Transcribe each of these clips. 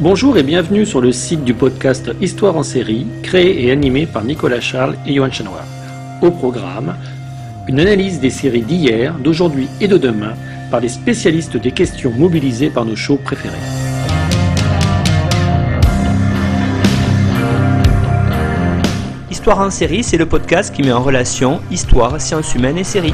Bonjour et bienvenue sur le site du podcast Histoire en série, créé et animé par Nicolas Charles et Johan Chanoir. Au programme, une analyse des séries d'hier, d'aujourd'hui et de demain par les spécialistes des questions mobilisées par nos shows préférés. Histoire en série, c'est le podcast qui met en relation histoire, sciences humaines et séries.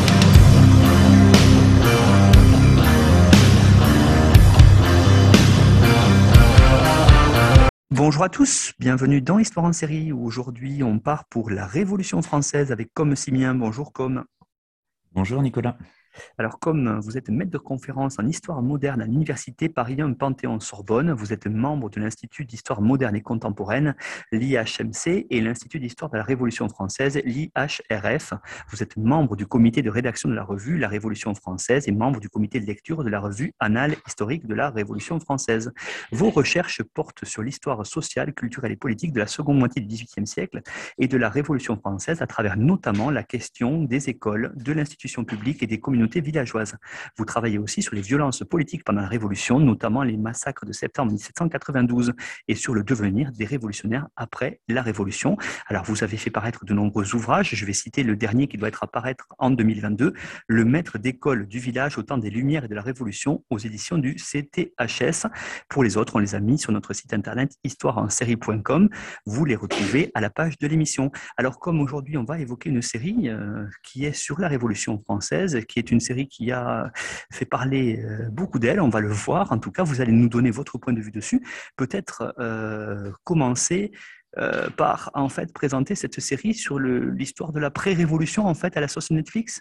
Bonjour à tous, bienvenue dans Histoire en série, où aujourd'hui on part pour la Révolution française avec Com Simien. Bonjour Com. Bonjour Nicolas. Alors comme vous êtes maître de conférence en histoire moderne à l'Université Paris 1 Panthéon-Sorbonne, vous êtes membre de l'Institut d'histoire moderne et contemporaine, l'IHMC, et l'Institut d'histoire de la Révolution française, l'IHRF. Vous êtes membre du comité de rédaction de la revue La Révolution française et membre du comité de lecture de la revue Annales historiques de la Révolution française. Vos recherches portent sur l'histoire sociale, culturelle et politique de la seconde moitié du XVIIIe siècle et de la Révolution française à travers notamment la question des écoles, de l'institution publique et des communautés villageoises. Vous travaillez aussi sur les violences politiques pendant la Révolution, notamment les massacres de septembre 1792, et sur le devenir des révolutionnaires après la Révolution. Alors, vous avez fait paraître de nombreux ouvrages. Je vais citer le dernier qui doit être à paraître en 2022, Le maître d'école du village au temps des Lumières et de la Révolution, aux éditions du CTHS. Pour les autres, on les a mis sur notre site internet histoireensérie.com. Vous les retrouvez à la page de l'émission. Alors, comme aujourd'hui, on va évoquer une série qui est sur la Révolution française, qui est une série qui a fait parler beaucoup d'elle, on va le voir. En tout cas, vous allez nous donner votre point de vue dessus. Peut-être commencer par en fait présenter cette série sur l'histoire de la pré-révolution en fait à la sauce Netflix.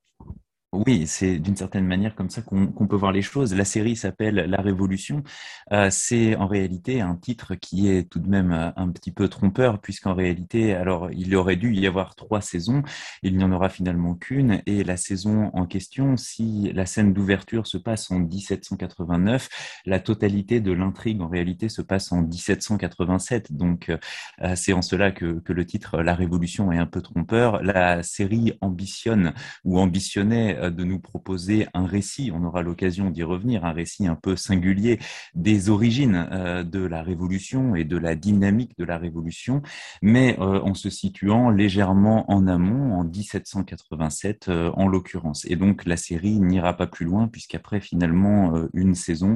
Oui, c'est d'une certaine manière comme ça qu'on peut voir les choses. La série s'appelle La Révolution. C'est en réalité un titre qui est tout de même un petit peu trompeur, puisqu'en réalité, alors il aurait dû y avoir 3 saisons, il n'y en aura finalement qu'une, et la saison en question, si la scène d'ouverture se passe en 1789, la totalité de l'intrigue en réalité se passe en 1787. Donc c'est en cela que le titre La Révolution est un peu trompeur. La série ambitionne ou ambitionnait de nous proposer un récit, on aura l'occasion d'y revenir, un récit un peu singulier des origines de la Révolution et de la dynamique de la Révolution, mais en se situant légèrement en amont, en 1787 en l'occurrence. Et donc la série n'ira pas plus loin, puisqu'après finalement une saison,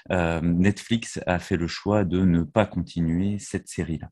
Netflix a fait le choix de ne pas continuer cette série-là.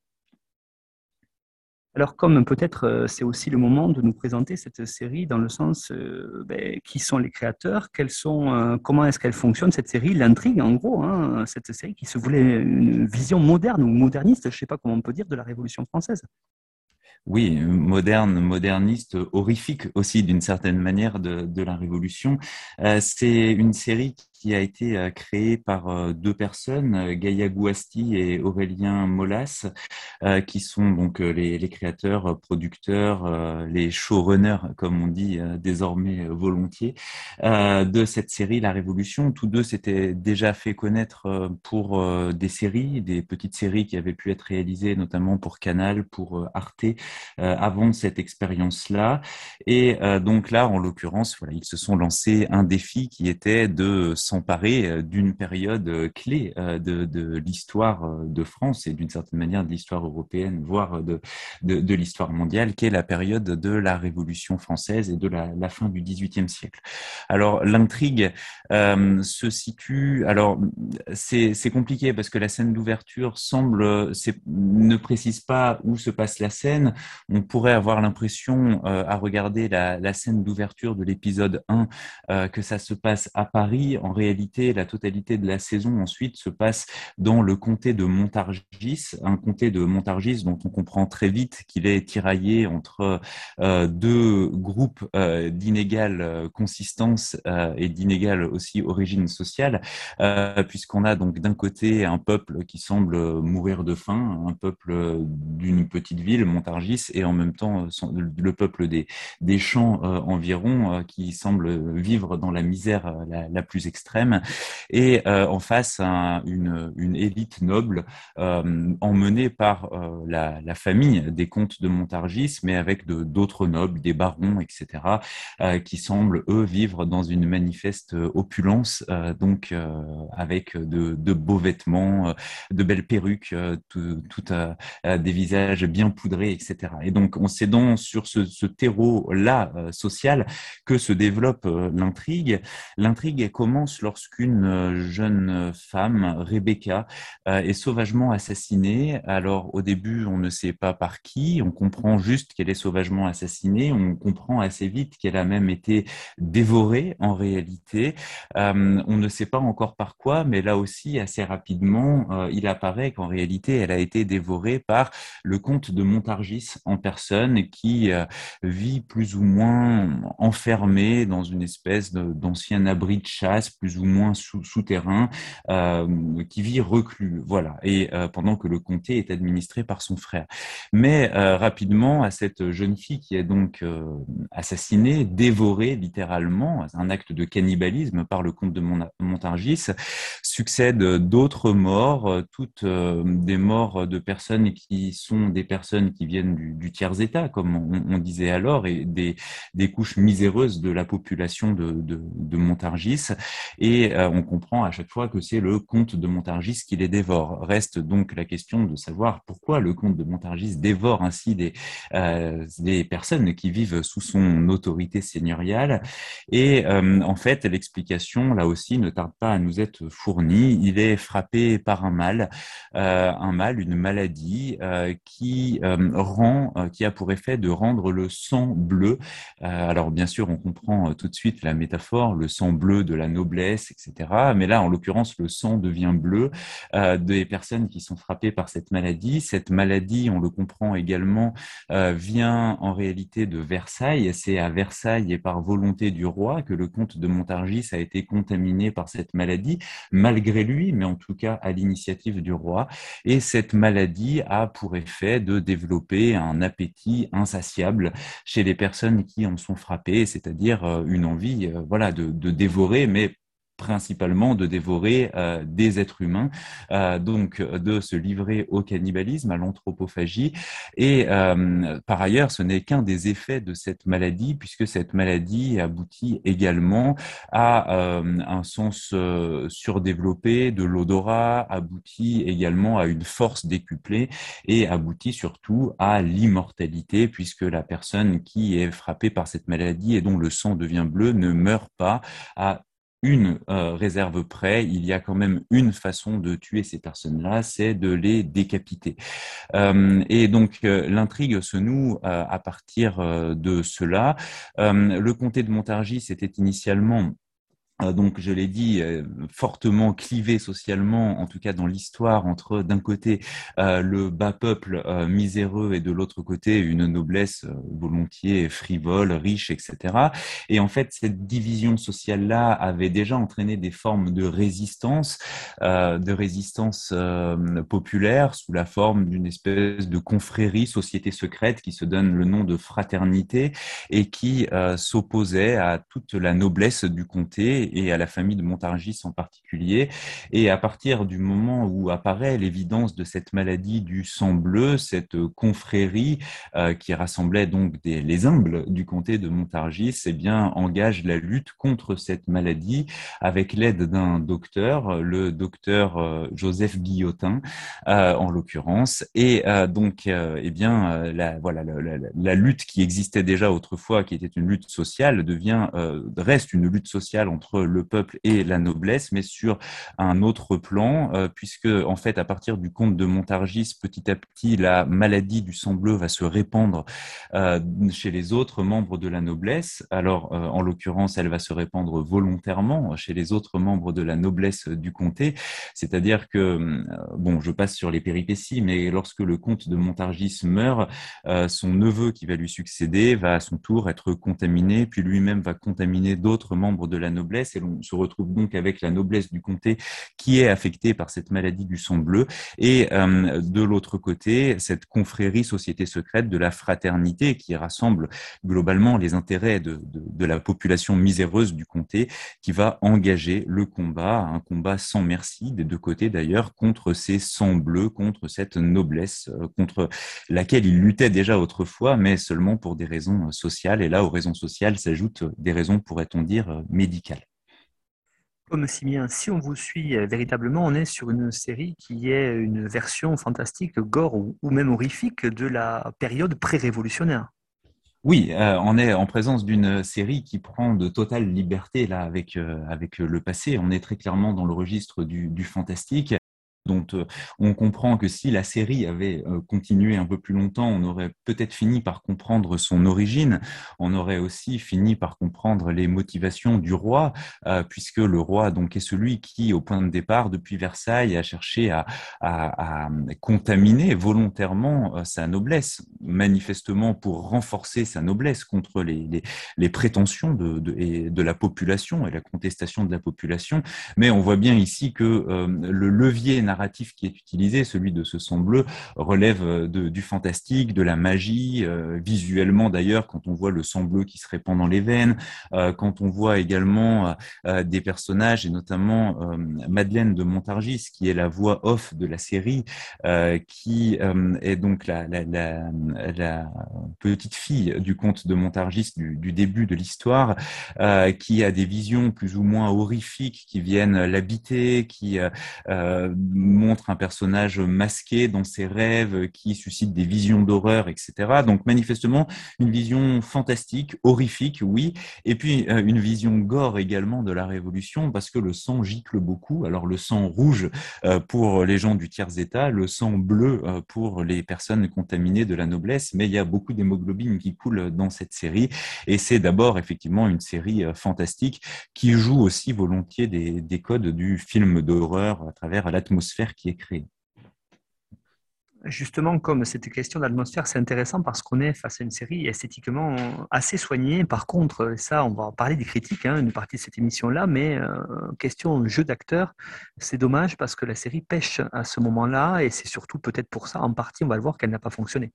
Alors, comme peut-être c'est aussi le moment de nous présenter cette série dans le sens qui sont les créateurs, comment est-ce qu'elle fonctionne cette série, l'intrigue en gros, hein, cette série qui se voulait une vision moderne ou moderniste, je ne sais pas comment on peut dire, de la Révolution française. Oui, moderne, moderniste, horrifique aussi d'une certaine manière de la Révolution. C'est une série qui a été créée par 2 personnes, Gaïa Gouasti et Aurélien Molas, qui sont donc les créateurs, producteurs, les showrunners, comme on dit désormais volontiers, de cette série La Révolution. Tous 2 s'étaient déjà fait connaître pour des séries, des petites séries qui avaient pu être réalisées notamment pour Canal, pour Arte, avant cette expérience-là. Et donc là, en l'occurrence, voilà, ils se sont lancés un défi qui était de s'emparer d'une période clé de l'histoire de France et d'une certaine manière de l'histoire européenne, voire de l'histoire mondiale, qui est la période de la Révolution française et de la fin du XVIIIe siècle. Alors l'intrigue se situe. Alors c'est compliqué parce que la scène d'ouverture ne précise pas où se passe la scène. On pourrait avoir l'impression, à regarder la scène d'ouverture de l'épisode 1, que ça se passe à Paris. En réalité, la totalité de la saison ensuite se passe dans le comté de Montargis, un comté de Montargis dont on comprend très vite qu'il est tiraillé entre 2 groupes d'inégale consistance et d'inégale aussi origine sociale, puisqu'on a donc d'un côté un peuple qui semble mourir de faim, un peuple d'une petite ville, Montargis, et en même temps le peuple des champs environ qui semble vivre dans la misère la plus extrême. extrême, et en face une élite noble emmenée par la famille des comtes de Montargis, mais avec d'autres nobles, des barons, etc., qui semblent, eux, vivre dans une manifeste opulence, donc avec de beaux vêtements, de belles perruques, des visages bien poudrés, etc. Et donc, c'est sur ce terreau-là social que se développe l'intrigue. L'intrigue, elle commence lorsqu'une jeune femme, Rebecca, est sauvagement assassinée. Alors, au début, on ne sait pas par qui, on comprend juste qu'elle est sauvagement assassinée, on comprend assez vite qu'elle a même été dévorée en réalité. On ne sait pas encore par quoi, mais là aussi, assez rapidement, il apparaît qu'en réalité, elle a été dévorée par le comte de Montargis en personne, qui vit plus ou moins enfermé dans une espèce d'ancien abri de chasse, plus ou moins souterrain, qui vit reclus. Voilà. Et pendant que le comté est administré par son frère. Mais rapidement, à cette jeune fille qui est donc assassinée, dévorée littéralement, un acte de cannibalisme par le comte de Montargis, succèdent d'autres morts, toutes des morts de personnes qui sont des personnes qui viennent du tiers-état, comme on disait alors, et des couches miséreuses de la population de Montargis. Et on comprend à chaque fois que c'est le comte de Montargis qui les dévore. Reste donc la question de savoir pourquoi le comte de Montargis dévore ainsi des personnes qui vivent sous son autorité seigneuriale. Et en fait, l'explication, là aussi, ne tarde pas à nous être fournie. Il est frappé par un mal, une maladie qui a pour effet de rendre le sang bleu. Alors bien sûr, on comprend tout de suite la métaphore, le sang bleu de la noblesse, etc. Mais là, en l'occurrence, le sang devient bleu des personnes qui sont frappées par cette maladie. Cette maladie, on le comprend également, vient en réalité de Versailles. C'est à Versailles et par volonté du roi que le comte de Montargis a été contaminé par cette maladie, malgré lui, mais en tout cas à l'initiative du roi. Et cette maladie a pour effet de développer un appétit insatiable chez les personnes qui en sont frappées, c'est-à-dire une envie voilà, de dévorer, mais principalement de dévorer des êtres humains, donc de se livrer au cannibalisme, à l'anthropophagie. Et par ailleurs, ce n'est qu'un des effets de cette maladie, puisque cette maladie aboutit également à un sens surdéveloppé de l'odorat, aboutit également à une force décuplée et aboutit surtout à l'immortalité, puisque la personne qui est frappée par cette maladie et dont le sang devient bleu ne meurt pas à une réserve près. Il y a quand même une façon de tuer ces personnes-là, c'est de les décapiter. Et donc, l'intrigue se noue à partir de cela. Le comté de Montargis était initialement donc, je l'ai dit, fortement clivé socialement, en tout cas dans l'histoire, entre d'un côté le bas peuple miséreux et de l'autre côté une noblesse volontiers frivole, riche, etc. Et en fait, cette division sociale-là avait déjà entraîné des formes de résistance populaire sous la forme d'une espèce de confrérie, société secrète qui se donne le nom de fraternité et qui s'opposait à toute la noblesse du comté et à la famille de Montargis en particulier. Et à partir du moment où apparaît l'évidence de cette maladie du sang bleu, cette confrérie qui rassemblait donc les humbles du comté de Montargis, eh bien, engage la lutte contre cette maladie avec l'aide d'un docteur, le docteur Joseph Guillotin, en l'occurrence. Et donc, eh bien, la lutte qui existait déjà autrefois, qui était une lutte sociale, reste une lutte sociale entre le peuple et la noblesse, mais sur un autre plan, puisque en fait, à partir du comte de Montargis, petit à petit, la maladie du sang bleu va se répandre chez les autres membres de la noblesse. Alors, en l'occurrence, elle va se répandre volontairement chez les autres membres de la noblesse du comté, c'est-à-dire que, bon, je passe sur les péripéties, mais lorsque le comte de Montargis meurt, son neveu qui va lui succéder va à son tour être contaminé, puis lui-même va contaminer d'autres membres de la noblesse, noblesse, et l'on se retrouve donc avec la noblesse du comté qui est affectée par cette maladie du sang bleu, et de l'autre côté, cette confrérie société secrète de la fraternité qui rassemble globalement les intérêts de la population miséreuse du comté, qui va engager le combat, un combat sans merci des deux côtés d'ailleurs, contre ces sangs bleus, contre cette noblesse, contre laquelle il luttait déjà autrefois, mais seulement pour des raisons sociales. Et là, aux raisons sociales s'ajoutent des raisons, pourrait-on dire, médicales. Comme Simien, si on vous suit véritablement, on est sur une série qui est une version fantastique, gore ou même horrifique de la période pré-révolutionnaire. Oui, on est en présence d'une série qui prend de totales libertés là avec le passé. On est très clairement dans le registre du fantastique. Donc, on comprend que si la série avait continué un peu plus longtemps, on aurait peut-être fini par comprendre son origine. On aurait aussi fini par comprendre les motivations du roi, puisque le roi donc est celui qui, au point de départ, depuis Versailles, a cherché à contaminer volontairement sa noblesse, manifestement pour renforcer sa noblesse contre les prétentions de la population et la contestation de la population. Mais on voit bien ici que le levier narratif qui est utilisé, celui de ce sang bleu, relève du fantastique, de la magie, visuellement d'ailleurs, quand on voit le sang bleu qui se répand dans les veines, quand on voit également des personnages, et notamment Madeleine de Montargis, qui est la voix off de la série, qui est donc la petite fille du comte de Montargis du début de l'histoire, qui a des visions plus ou moins horrifiques qui viennent l'habiter, qui montre un personnage masqué dans ses rêves, qui suscite des visions d'horreur, etc. Donc manifestement, une vision fantastique, horrifique, oui, et puis une vision gore également de la Révolution, parce que le sang gicle beaucoup. Alors le sang rouge pour les gens du tiers-état, le sang bleu pour les personnes contaminées de la noblesse, mais il y a beaucoup d'hémoglobine qui coule dans cette série, et c'est d'abord effectivement une série fantastique qui joue aussi volontiers des codes du film d'horreur à travers l'atmosphère qui est créée. Justement, comme cette question d'atmosphère, c'est intéressant parce qu'on est face à une série esthétiquement assez soignée. Par contre, ça, on va en parler des critiques, hein, une partie de cette émission-là, mais question jeu d'acteur, c'est dommage parce que la série pêche à ce moment-là et c'est surtout peut-être pour ça, en partie, on va le voir, qu'elle n'a pas fonctionné.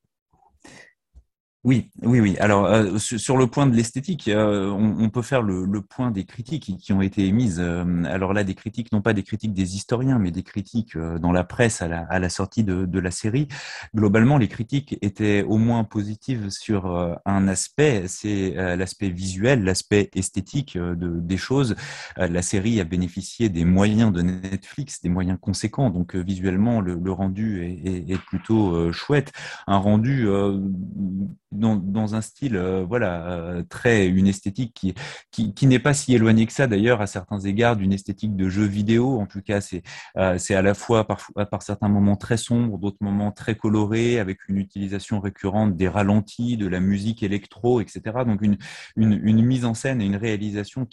Oui, oui, oui. Alors, sur le point de l'esthétique, on peut faire le point des critiques qui ont été émises. Alors là, des critiques, non pas des critiques des historiens, mais des critiques dans la presse à la sortie de la série. Globalement, les critiques étaient au moins positives sur un aspect, c'est l'aspect visuel, l'aspect esthétique des choses. La série a bénéficié des moyens de Netflix, des moyens conséquents. Donc, visuellement, le rendu est plutôt chouette. Un rendu dans un style très une esthétique qui n'est pas si éloignée que ça d'ailleurs à certains égards d'une esthétique de jeu vidéo. En tout cas, c'est à la fois par certains moments très sombres, d'autres moments très colorés, avec une utilisation récurrente des ralentis, de la musique électro, etc. Donc une mise en scène et une réalisation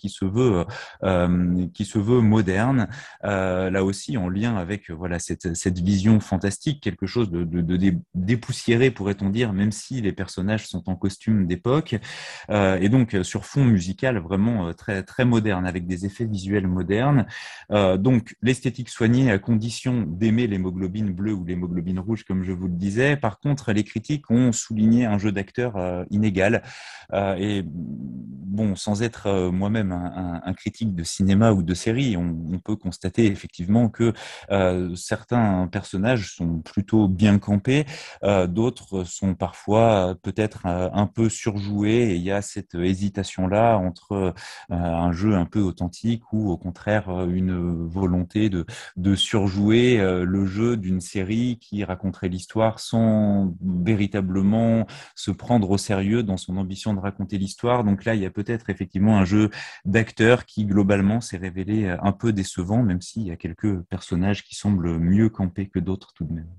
qui se veut moderne, là aussi en lien avec cette vision fantastique, quelque chose de dépoussiéré, pourrait-on dire, même si les personnages sont en costume d'époque, et donc sur fond musical vraiment très très moderne, avec des effets visuels modernes. Donc l'esthétique soignée à condition d'aimer l'hémoglobine bleue ou l'hémoglobine rouge, comme je vous le disais. Par contre, les critiques ont souligné un jeu d'acteurs inégal, et bon, sans être moi-même un critique de cinéma ou de série, on peut constater effectivement que certains personnages sont plutôt bien campés, d'autres sont parfois peut-être un peu surjoués, et il y a cette hésitation-là entre un jeu un peu authentique ou au contraire une volonté de surjouer le jeu d'une série qui raconterait l'histoire sans véritablement se prendre au sérieux dans son ambition de raconter l'histoire. Donc là, il y a peut-être effectivement un jeu d'acteur qui globalement s'est révélé un peu décevant, même s'il y a quelques personnages qui semblent mieux campés que d'autres tout de même.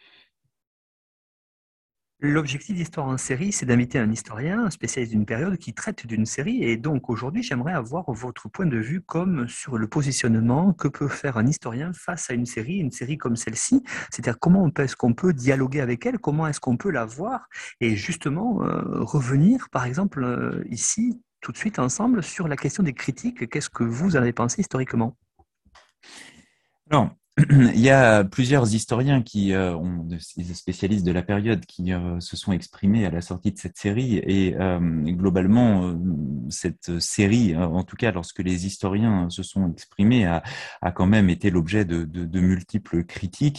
L'objectif d'Histoire en série, c'est d'inviter un historien, un spécialiste d'une période qui traite d'une série. Et donc aujourd'hui, j'aimerais avoir votre point de vue comme sur le positionnement que peut faire un historien face à une série comme celle-ci. C'est-à-dire est-ce qu'on peut dialoguer avec elle, comment est-ce qu'on peut la voir et justement revenir, par exemple, ici, tout de suite ensemble sur la question des critiques. Qu'est-ce que vous en avez pensé historiquement? Alors, il y a plusieurs historiens qui des spécialistes de la période qui se sont exprimés à la sortie de cette série et globalement cette série, en tout cas lorsque les historiens se sont exprimés, a quand même été l'objet de multiples critiques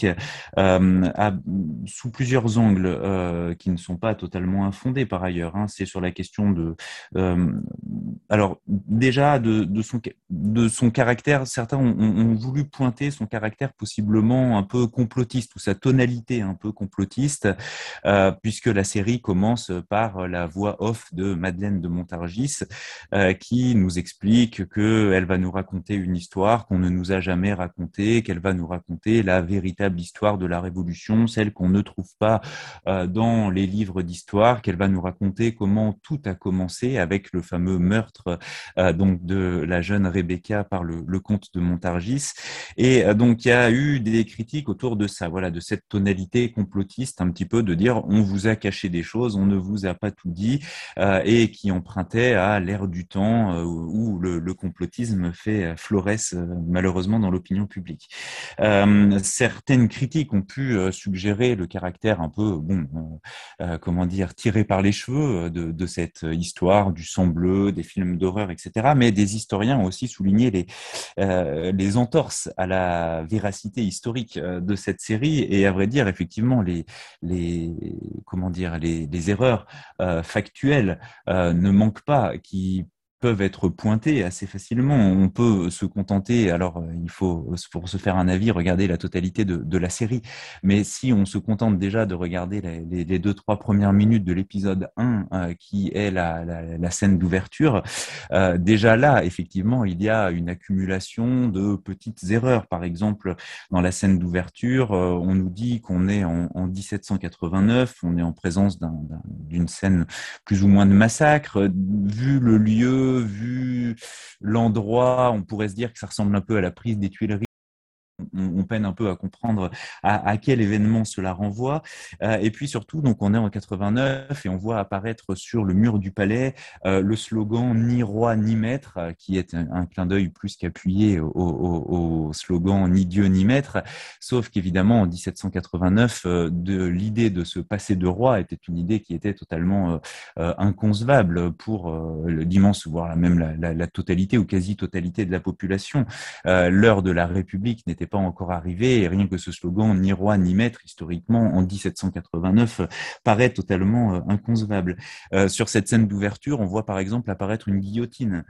sous plusieurs angles qui ne sont pas totalement infondés par ailleurs. Hein. C'est sur la question euh, alors déjà de son caractère. Certains ont voulu pointer son caractère possiblement un peu complotiste ou sa tonalité un peu complotiste, puisque la série commence par la voix off de Madeleine de Montargis, qui nous explique qu'elle va nous raconter une histoire qu'on ne nous a jamais racontée, qu'elle va nous raconter la véritable histoire de la Révolution, celle qu'on ne trouve pas dans les livres d'histoire, qu'elle va nous raconter comment tout a commencé avec le fameux meurtre donc de la jeune Rebecca par le comte de Montargis. Et donc, il y a eu des critiques autour de ça, voilà, de cette tonalité complotiste, un petit peu de dire on vous a caché des choses, on ne vous a pas tout dit, et qui empruntait à l'ère du temps où le complotisme fait florès malheureusement dans l'opinion publique. Certaines critiques ont pu suggérer le caractère un peu, comment dire, tiré par les cheveux de cette histoire, du sang bleu, des films d'horreur, etc. Mais des historiens ont aussi souligné les entorses à la véracité historique de cette série et à vrai dire, effectivement, les, comment dire, les erreurs factuelles ne manquent pas, qui peuvent être pointés assez facilement. On peut se contenter, alors il faut, pour se faire un avis, regarder la totalité de la série. Mais si on se contente déjà de regarder les 2-3 premières minutes de l'épisode 1, qui est la scène d'ouverture, déjà là, effectivement, il y a une accumulation de petites erreurs. Par exemple, dans la scène d'ouverture, on nous dit qu'on est en 1789, on est en présence d'une scène plus ou moins de massacre. Vu le lieu, vu l'endroit, on pourrait se dire que ça ressemble un peu à la prise des Tuileries. On peine un peu à comprendre à quel événement cela renvoie. Et puis surtout, donc on est en 89 et on voit apparaître sur le mur du palais le slogan ni roi ni maître, qui est un clin d'œil plus qu'appuyé au slogan ni Dieu ni maître. Sauf qu'évidemment, en 1789, l'idée de se passer de roi était une idée qui était totalement inconcevable pour l'immense, voire même la totalité ou quasi-totalité de la population. L'heure de la République n'était pas encore arrivée et rien que ce slogan ni roi ni maître historiquement en 1789 paraît totalement inconcevable. Sur cette scène d'ouverture, on voit par exemple apparaître une guillotine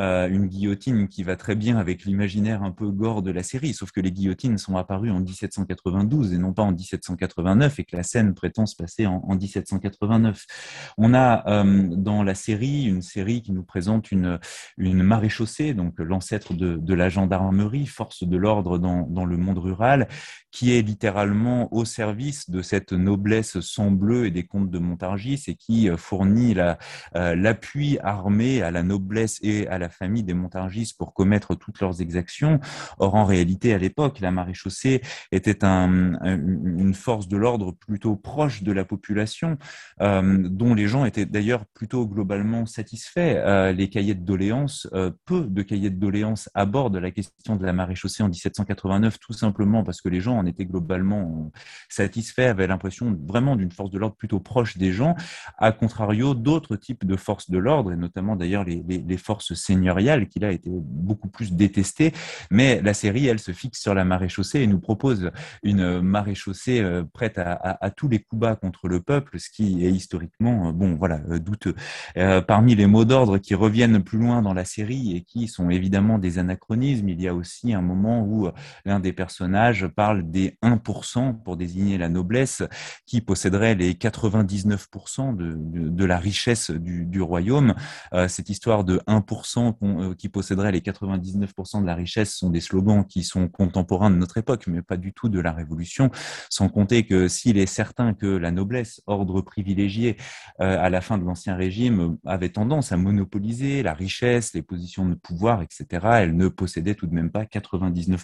qui va très bien avec l'imaginaire un peu gore de la série, sauf que les guillotines sont apparues en 1792 et non pas en 1789 et que la scène prétend se passer en 1789. On a dans la série une série qui nous présente une maréchaussée, donc l'ancêtre de la gendarmerie, force de l'ordre dans le monde rural, qui est littéralement au service de cette noblesse sang bleu et des comtes de Montargis et qui fournit l'appui armé à la noblesse et à la famille des Montargis pour commettre toutes leurs exactions. Or, en réalité, à l'époque, la maréchaussée était une force de l'ordre plutôt proche de la population, dont les gens étaient d'ailleurs plutôt globalement satisfaits. Les cahiers de doléances, peu de cahiers de doléances abordent la question de la maréchaussée en 1789, tout simplement parce que les gens en étaient globalement satisfaits, avaient l'impression vraiment d'une force de l'ordre plutôt proche des gens, à contrario d'autres types de forces de l'ordre, et notamment d'ailleurs les forces seigneuriales, qui là étaient beaucoup plus détestées. Mais la série, elle, se fixe sur la maréchaussée et nous propose une maréchaussée prête à tous les coups bas contre le peuple, ce qui est historiquement, douteux. Parmi les mots d'ordre qui reviennent plus loin dans la série et qui sont évidemment des anachronismes, il y a aussi un moment où l'un des personnages parle des 1% pour désigner la noblesse qui posséderait les 99% de la richesse du royaume. Cette histoire de 1% qui posséderait les 99% de la richesse sont des slogans qui sont contemporains de notre époque, mais pas du tout de la Révolution, sans compter que s'il est certain que la noblesse, ordre privilégié à la fin de l'Ancien Régime, avait tendance à monopoliser la richesse, les positions de pouvoir, etc., elle ne possédait tout de même pas 99%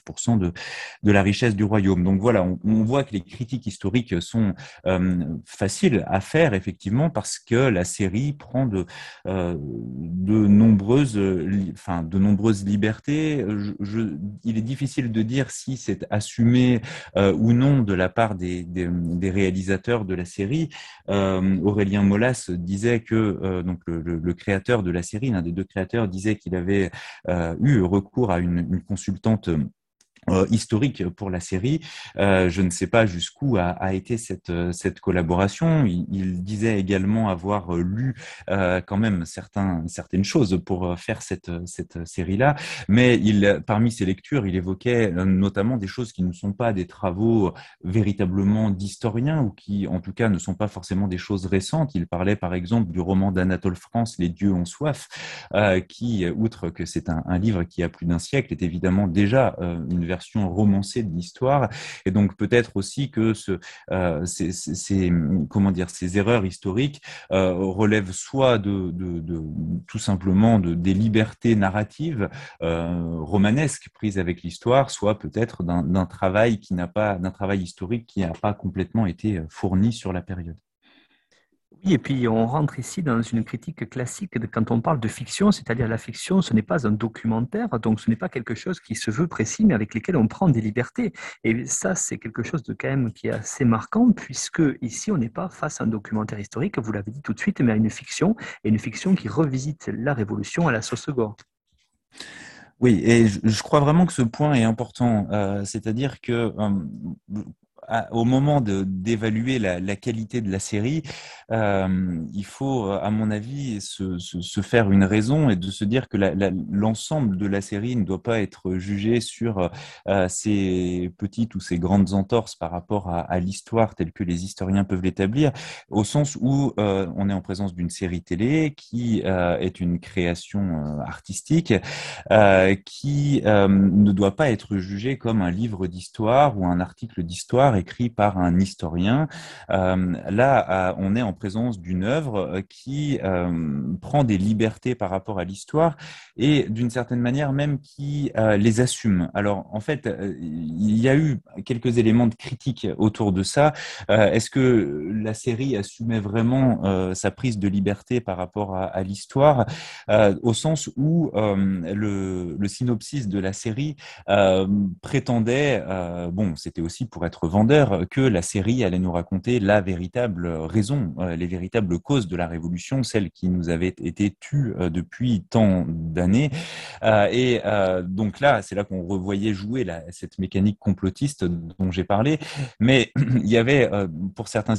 de la richesse du royaume. Donc voilà, on voit que les critiques historiques sont faciles à faire, effectivement, parce que la série prend de nombreuses libertés. Il est difficile de dire si c'est assumé ou non de la part des réalisateurs de la série. Aurélien Molas disait que donc le créateur de la série, l'un des deux créateurs, disait qu'il avait eu recours à une consultante historique pour la série. Je ne sais pas jusqu'où a été cette collaboration. Il disait également avoir lu quand même certaines choses pour faire cette série-là, mais parmi ses lectures, il évoquait notamment des choses qui ne sont pas des travaux véritablement d'historiens ou qui, en tout cas, ne sont pas forcément des choses récentes. Il parlait par exemple du roman d'Anatole France, Les dieux ont soif, qui, outre que c'est un livre qui a plus d'un siècle, est évidemment déjà une version romancée de l'histoire, et donc peut-être aussi que ces erreurs historiques relèvent soit tout simplement des libertés narratives romanesques prises avec l'histoire, soit peut-être d'un travail historique qui n'a pas complètement été fourni sur la période. Oui, et puis on rentre ici dans une critique classique quand on parle de fiction, c'est-à-dire la fiction, ce n'est pas un documentaire, donc ce n'est pas quelque chose qui se veut précis, mais avec lesquels on prend des libertés. Et ça, c'est quelque chose de quand même qui est assez marquant, puisque ici, on n'est pas face à un documentaire historique, vous l'avez dit tout de suite, mais à une fiction, et une fiction qui revisite la Révolution à la sauce Gore. Oui, et je crois vraiment que ce point est important, c'est-à-dire que au moment d'évaluer la qualité de la série, il faut, à mon avis, se faire une raison et de se dire que l'ensemble de la série ne doit pas être jugé sur ces petites ou ces grandes entorses par rapport à l'histoire telle que les historiens peuvent l'établir, au sens où on est en présence d'une série télé qui est une création artistique qui ne doit pas être jugée comme un livre d'histoire ou un article d'histoire écrit par un historien. Là, on est en présence d'une œuvre qui prend des libertés par rapport à l'histoire et d'une certaine manière même qui les assume. Alors, en fait, il y a eu quelques éléments de critique autour de ça. Est-ce que la série assumait vraiment sa prise de liberté par rapport à l'histoire, au sens où le synopsis de la série prétendait, bon, c'était aussi pour être vendeur, que la série allait nous raconter la véritable raison, les véritables causes de la Révolution, celles qui nous avaient été tues depuis tant d'années. Donc là, c'est là qu'on revoyait jouer cette mécanique complotiste dont j'ai parlé. Mais il y avait, pour certains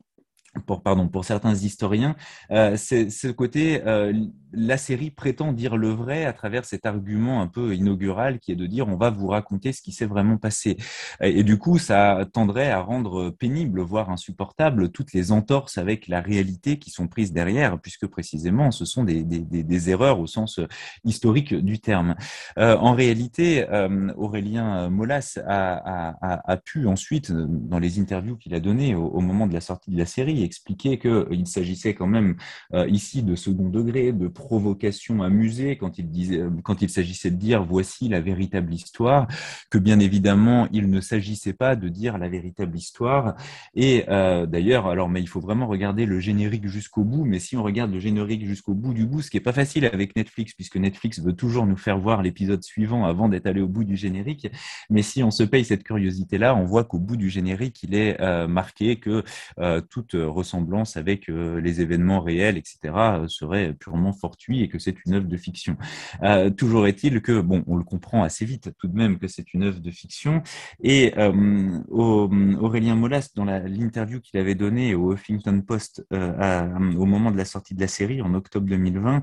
historiens, c'est ce côté, la série prétend dire le vrai à travers cet argument un peu inaugural qui est de dire on va vous raconter ce qui s'est vraiment passé. Et du coup, ça tendrait à rendre pénible, voire insupportable, toutes les entorses avec la réalité qui sont prises derrière, puisque précisément, ce sont des erreurs au sens historique du terme. En réalité, Aurélien Molas a pu ensuite, dans les interviews qu'il a données au moment de la sortie de la série, expliquer qu'il s'agissait quand même ici de second degré, de provocation amusée quand il s'agissait de dire voici la véritable histoire, que bien évidemment il ne s'agissait pas de dire la véritable histoire. Et d'ailleurs, alors mais il faut vraiment regarder le générique jusqu'au bout, mais si on regarde le générique jusqu'au bout du bout, ce qui est pas facile avec Netflix, puisque Netflix veut toujours nous faire voir l'épisode suivant avant d'être allé au bout du générique, mais si on se paye cette curiosité-là, on voit qu'au bout du générique, il est marqué que toute ressemblance avec les événements réels, etc., serait purement fortuit et que c'est une œuvre de fiction. Toujours est-il que, bon, on le comprend assez vite tout de même que c'est une œuvre de fiction. Et Aurélien Molas, dans l'interview qu'il avait donnée au Huffington Post au moment de la sortie de la série en octobre 2020,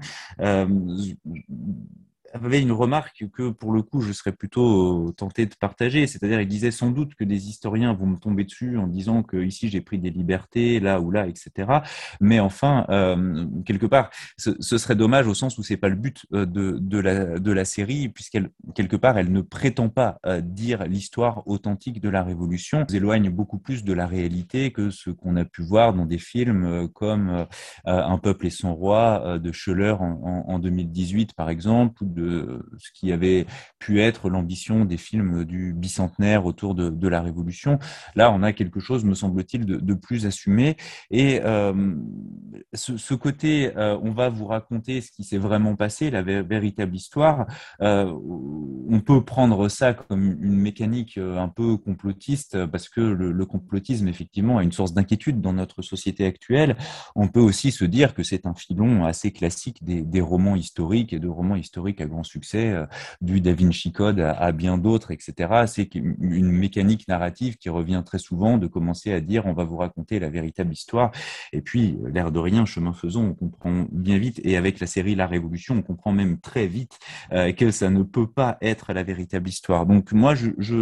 avait une remarque que, pour le coup, je serais plutôt tenté de partager. C'est-à-dire, il disait sans doute que des historiens vont me tomber dessus en disant que ici j'ai pris des libertés, là ou là, etc. Mais enfin, quelque part, ce serait dommage au sens où c'est pas le but de la série, puisqu'elle, quelque part, elle ne prétend pas dire l'histoire authentique de la Révolution. Elle s'éloigne beaucoup plus de la réalité que ce qu'on a pu voir dans des films comme Un peuple et son roi de Schoeller en 2018, par exemple, ou de ce qui avait pu être l'ambition des films du bicentenaire autour de la Révolution. Là, on a quelque chose, me semble-t-il, de plus assumé. Et ce côté, on va vous raconter ce qui s'est vraiment passé, la véritable histoire. On peut prendre ça comme une mécanique un peu complotiste, parce que le complotisme, effectivement, a une source d'inquiétude dans notre société actuelle. On peut aussi se dire que c'est un filon assez classique des romans historiques et de romans historiques à grand succès, du Da Vinci Code à bien d'autres, etc. C'est une mécanique narrative qui revient très souvent de commencer à dire on va vous raconter la véritable histoire. Et puis, l'air de rien, chemin faisant, on comprend bien vite, et avec la série La Révolution, on comprend même très vite que ça ne peut pas être la véritable histoire. Donc moi,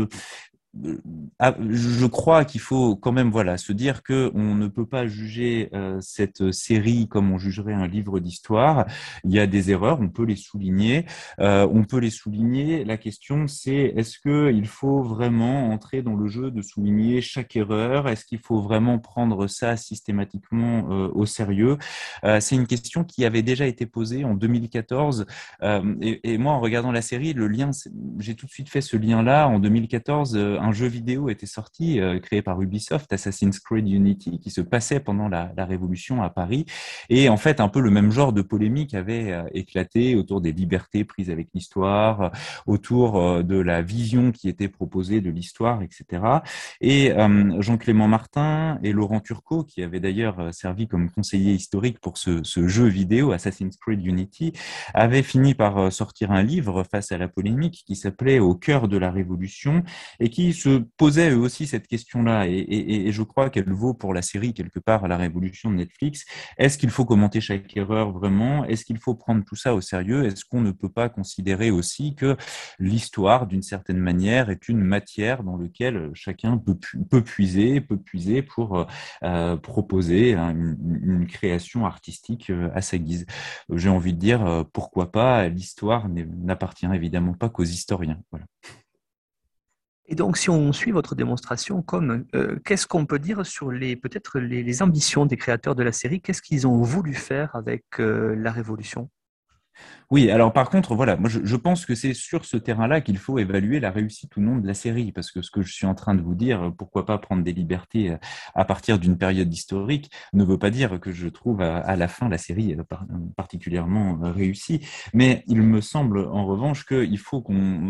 je crois qu'il faut quand même se dire que on ne peut pas juger cette série comme on jugerait un livre d'histoire. Il y a des erreurs, on peut les souligner. On peut les souligner. La question, c'est est-ce que il faut vraiment entrer dans le jeu de souligner chaque erreur? Est-ce qu'il faut vraiment prendre ça systématiquement au sérieux? C'est une question qui avait déjà été posée en 2014. Et moi, en regardant la série, j'ai tout de suite fait ce lien-là. En 2014, un jeu vidéo était sorti, créé par Ubisoft, Assassin's Creed Unity, qui se passait pendant la Révolution à Paris. Et en fait, un peu le même genre de polémique avait éclaté autour des libertés prises avec l'histoire, autour de la vision qui était proposée de l'histoire, etc. Et Jean-Clément Martin et Laurent Turcot, qui avaient d'ailleurs servi comme conseiller historique pour ce jeu vidéo, Assassin's Creed Unity, avaient fini par sortir un livre face à la polémique qui s'appelait Au cœur de la Révolution et qui se posait eux aussi cette question-là. Et je crois qu'elle vaut pour la série quelque part La Révolution de Netflix. Est-ce qu'il faut commenter chaque erreur vraiment? Est-ce qu'il faut prendre tout ça au sérieux? Est-ce qu'on ne peut pas considérer aussi que l'histoire, d'une certaine manière, est une matière dans laquelle chacun peut puiser pour proposer une création artistique à sa guise? J'ai envie de dire, pourquoi pas, l'histoire n'appartient évidemment pas qu'aux historiens. Voilà. Et donc, si on suit votre démonstration, qu'est-ce qu'on peut dire sur peut-être les ambitions des créateurs de la série? Qu'est-ce qu'ils ont voulu faire avec la Révolution? Oui, alors par contre, moi je pense que c'est sur ce terrain-là qu'il faut évaluer la réussite ou non de la série, parce que ce que je suis en train de vous dire, pourquoi pas prendre des libertés à partir d'une période historique, ne veut pas dire que je trouve à la fin la série particulièrement réussie, mais il me semble en revanche qu'il faut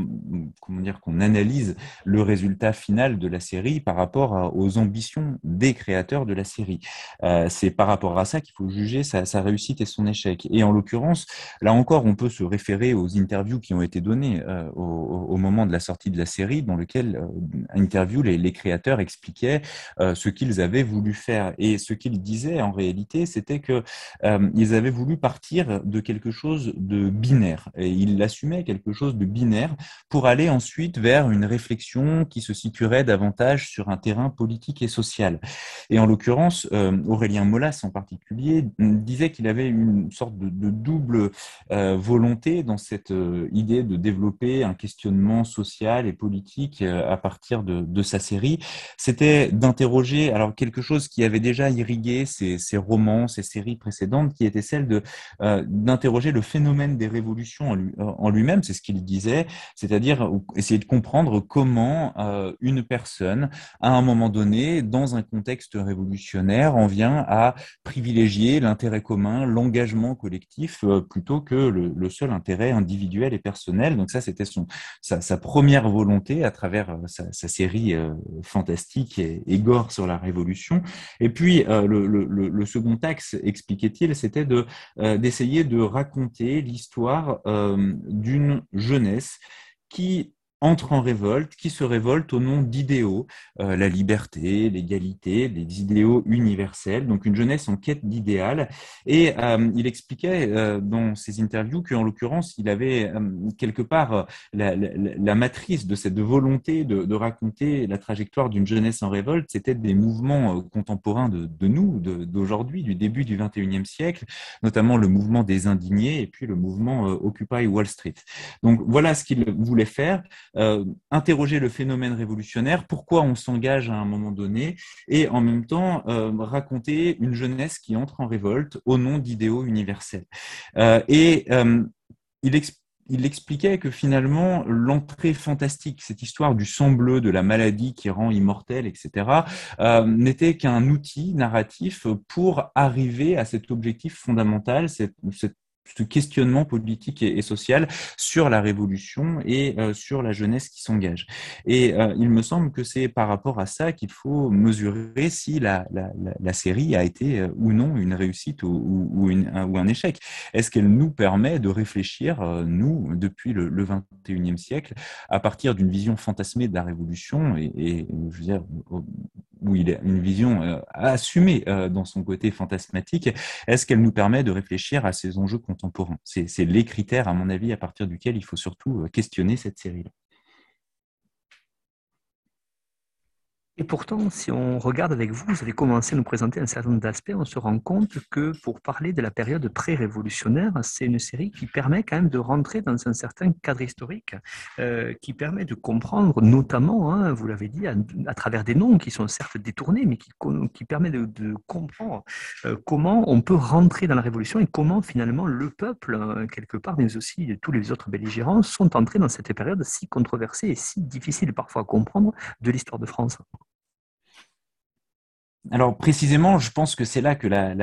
qu'on analyse le résultat final de la série par rapport aux ambitions des créateurs de la série. C'est par rapport à ça qu'il faut juger sa réussite et son échec. Et en l'occurrence, là encore, on peut se référer aux interviews qui ont été données au moment de la sortie de la série, dans lequel les créateurs expliquaient ce qu'ils avaient voulu faire. Et ce qu'ils disaient en réalité, c'était que ils avaient voulu partir de quelque chose de binaire. Et ils l'assumaient, quelque chose de binaire, pour aller ensuite vers une réflexion qui se situerait davantage sur un terrain politique et social. Et en l'occurrence, Aurélien Molas en particulier disait qu'il avait une sorte de double volonté dans cette idée de développer un questionnement social et politique à partir de sa série. C'était d'interroger alors quelque chose qui avait déjà irrigué ses romans, ses séries précédentes, qui était celle d'interroger le phénomène des révolutions en lui-même, c'est ce qu'il disait, c'est-à-dire essayer de comprendre comment une personne, à un moment donné, dans un contexte révolutionnaire, en vient à privilégier l'intérêt commun, l'engagement collectif, plutôt que le seul intérêt individuel et personnel. Donc ça, c'était sa première volonté à travers sa série fantastique et gore sur la Révolution. Et puis, le second axe, expliquait-il, c'était d'essayer de raconter l'histoire d'une jeunesse qui entre en révolte, qui se révolte au nom d'idéaux, la liberté, l'égalité, les idéaux universels, donc une jeunesse en quête d'idéal. Et il expliquait dans ses interviews qu'en l'occurrence, il avait quelque part la matrice de cette volonté de raconter la trajectoire d'une jeunesse en révolte, c'était des mouvements contemporains de nous, d'aujourd'hui, du début du XXIe siècle, notamment le mouvement des indignés et puis le mouvement Occupy Wall Street. Donc voilà ce qu'il voulait faire. Interroger le phénomène révolutionnaire, pourquoi on s'engage à un moment donné, et en même temps raconter une jeunesse qui entre en révolte au nom d'idéaux universels. Il il expliquait que finalement, l'entrée fantastique, cette histoire du sang bleu, de la maladie qui rend immortel, etc., n'était qu'un outil narratif pour arriver à cet objectif fondamental, ce questionnement politique et social sur la révolution et sur la jeunesse qui s'engage. Et il me semble que c'est par rapport à ça qu'il faut mesurer si la série a été ou non une réussite ou un échec. Est-ce qu'elle nous permet de réfléchir, nous, depuis le 21e siècle, à partir d'une vision fantasmée de la révolution et je veux dire, où il a une vision assumée dans son côté fantasmatique, est-ce qu'elle nous permet de réfléchir à ces enjeux contemporains? C'est les critères, à mon avis, à partir duquel il faut surtout questionner cette série-là. Et pourtant, si on regarde avec vous, vous avez commencé à nous présenter un certain nombre d'aspects, on se rend compte que pour parler de la période pré-révolutionnaire, c'est une série qui permet quand même de rentrer dans un certain cadre historique, qui permet de comprendre, notamment, hein, vous l'avez dit, à travers des noms qui sont certes détournés, mais qui permet de comprendre comment on peut rentrer dans la révolution et comment finalement le peuple, quelque part, mais aussi tous les autres belligérants, sont entrés dans cette période si controversée et si difficile parfois à comprendre de l'histoire de France. Alors précisément, je pense que c'est là que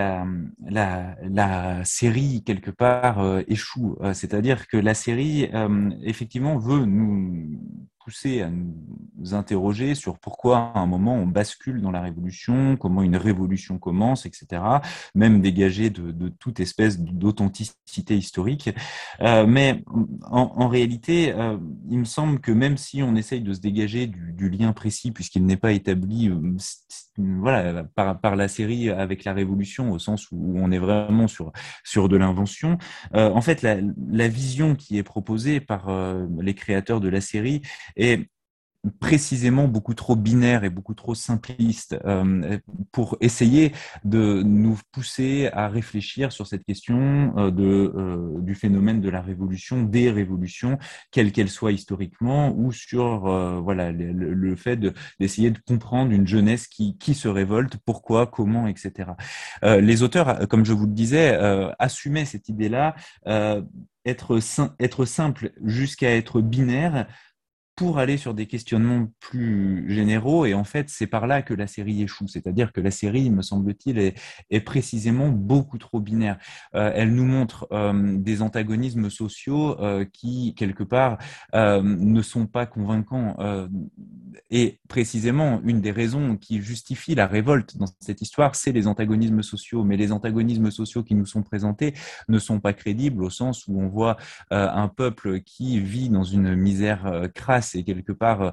la série, quelque part, échoue. C'est-à-dire que la série, effectivement, veut nous pousser à nous interroger sur pourquoi à un moment on bascule dans la révolution, comment une révolution commence, etc., même dégager de toute espèce d'authenticité historique. Mais en réalité, il me semble que même si on essaye de se dégager du lien précis, puisqu'il n'est pas établi voilà, par la série avec la Révolution, au sens où on est vraiment sur de l'invention. En fait, la vision qui est proposée par les créateurs de la série est précisément beaucoup trop binaire et beaucoup trop simpliste pour essayer de nous pousser à réfléchir sur cette question du phénomène de la révolution, des révolutions, quelles qu'elles soient historiquement, ou sur voilà, le fait d'essayer de comprendre une jeunesse qui se révolte, pourquoi, comment, etc. Les auteurs, comme je vous le disais, assumaient cette idée-là, être simple jusqu'à être binaire, pour aller sur des questionnements plus généraux. Et en fait, c'est par là que la série échoue. C'est-à-dire que la série, me semble-t-il, est précisément beaucoup trop binaire. Elle nous montre des antagonismes sociaux qui, quelque part, ne sont pas convaincants. Et précisément, une des raisons qui justifie la révolte dans cette histoire, c'est les antagonismes sociaux. Mais les antagonismes sociaux qui nous sont présentés ne sont pas crédibles, au sens où on voit un peuple qui vit dans une misère crasse, et quelque part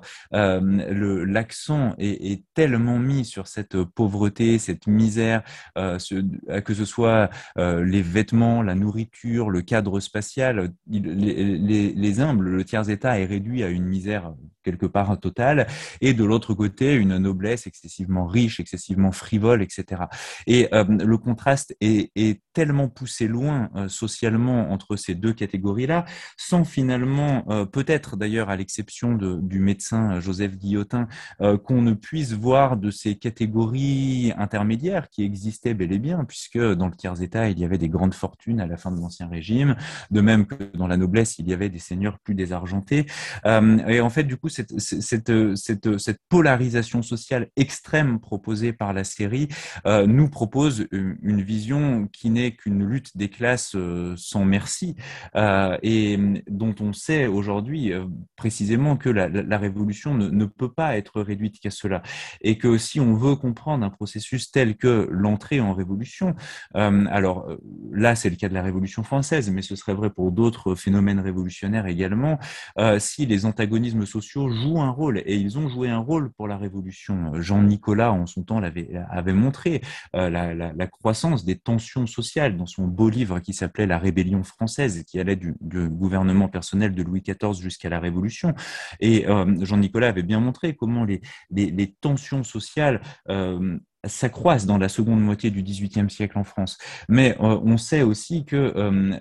l'accent est tellement mis sur cette pauvreté, cette misère, que ce soit les vêtements, la nourriture, le cadre spatial, les humbles, le tiers-état est réduit à une misère quelque part totale, et de l'autre côté une noblesse excessivement riche, excessivement frivole, etc. Et le contraste est tellement poussé loin socialement entre ces deux catégories-là, sans finalement, peut-être d'ailleurs à l'exception du médecin Joseph Guillotin, qu'on ne puisse voir de ces catégories intermédiaires qui existaient bel et bien, puisque dans le tiers-état, il y avait des grandes fortunes à la fin de l'Ancien Régime, de même que dans la noblesse, il y avait des seigneurs plus désargentés. Et en fait, du coup, cette polarisation sociale extrême proposée par la série nous propose une vision qui n'est qu'une lutte des classes sans merci, et dont on sait aujourd'hui précisément que la révolution ne peut pas être réduite qu'à cela. Et que si on veut comprendre un processus tel que l'entrée en révolution, alors là c'est le cas de la Révolution française, mais ce serait vrai pour d'autres phénomènes révolutionnaires également, si les antagonismes sociaux jouent un rôle, et ils ont joué un rôle pour la Révolution. Jean Nicolas, en son temps, avait montré la croissance des tensions sociales dans son beau livre qui s'appelait La Rébellion française, qui allait du gouvernement personnel de Louis XIV jusqu'à la Révolution. Et Jean Nicolas avait bien montré comment les tensions sociales s'accroissent dans la seconde moitié du XVIIIe siècle en France. Mais on sait aussi que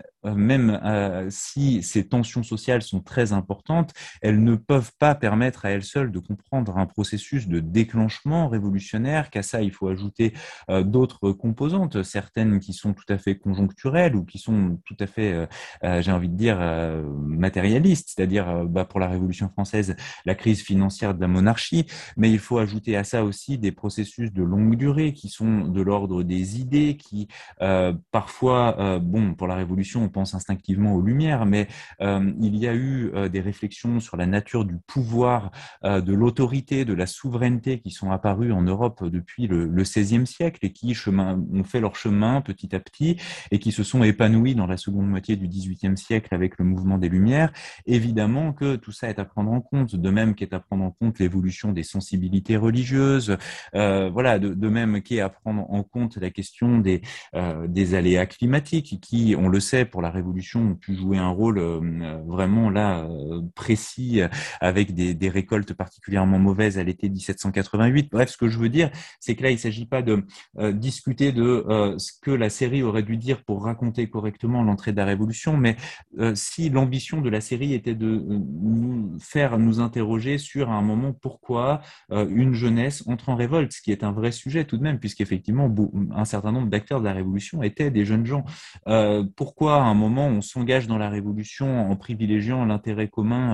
même si ces tensions sociales sont très importantes, elles ne peuvent pas permettre à elles seules de comprendre un processus de déclenchement révolutionnaire, qu'à ça, il faut ajouter d'autres composantes, certaines qui sont tout à fait conjoncturelles ou qui sont tout à fait, j'ai envie de dire, matérialistes, c'est-à-dire pour la Révolution française, la crise financière de la monarchie, mais il faut ajouter à ça aussi des processus de longue durée qui sont de l'ordre des idées, qui parfois, pour la Révolution, on pense instinctivement aux Lumières, mais il y a eu des réflexions sur la nature du pouvoir, de l'autorité, de la souveraineté qui sont apparues en Europe depuis le XVIe siècle et qui ont fait leur chemin petit à petit et qui se sont épanouis dans la seconde moitié du XVIIIe siècle avec le mouvement des Lumières. Évidemment que tout ça est à prendre en compte, de même qu'est à prendre en compte l'évolution des sensibilités religieuses, voilà, de même qu'est à prendre en compte la question des aléas climatiques qui, on le sait, pour la Révolution, ont pu jouer un rôle vraiment là précis avec des récoltes particulièrement mauvaises à l'été 1788. Bref, ce que je veux dire, c'est que là, il ne s'agit pas de discuter de ce que la série aurait dû dire pour raconter correctement l'entrée de la Révolution, mais si l'ambition de la série était de nous faire nous interroger sur à un moment pourquoi une jeunesse entre en révolte, ce qui est un vrai sujet tout de même, puisqu'effectivement, un certain nombre d'acteurs de la Révolution étaient des jeunes gens. Pourquoi à un moment on s'engage dans la Révolution en privilégiant l'intérêt commun